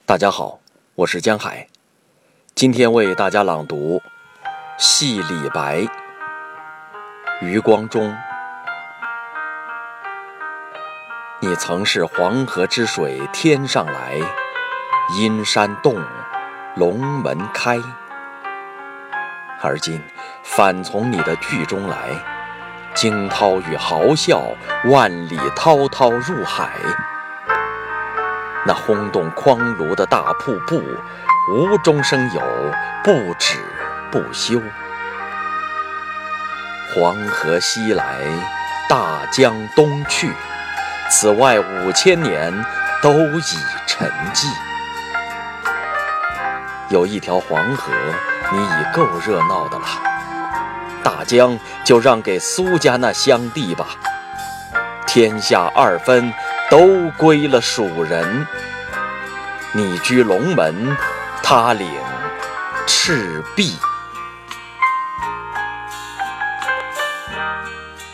大家好，我是江海，今天为大家朗读《戏李白》。余光中，你曾是黄河之水天上来，阴山动，龙门开。而今反从你的剧中来，惊涛与豪啸，万里滔滔入海。那轰动匡庐的大瀑布，无中生有，不止不休。黄河西来，大江东去，此外5000年，都已沉寂。有一条黄河，你已够热闹的了，大江就让给苏家那乡弟吧。天下2分，都归了蜀人。你居龙门，他领赤壁。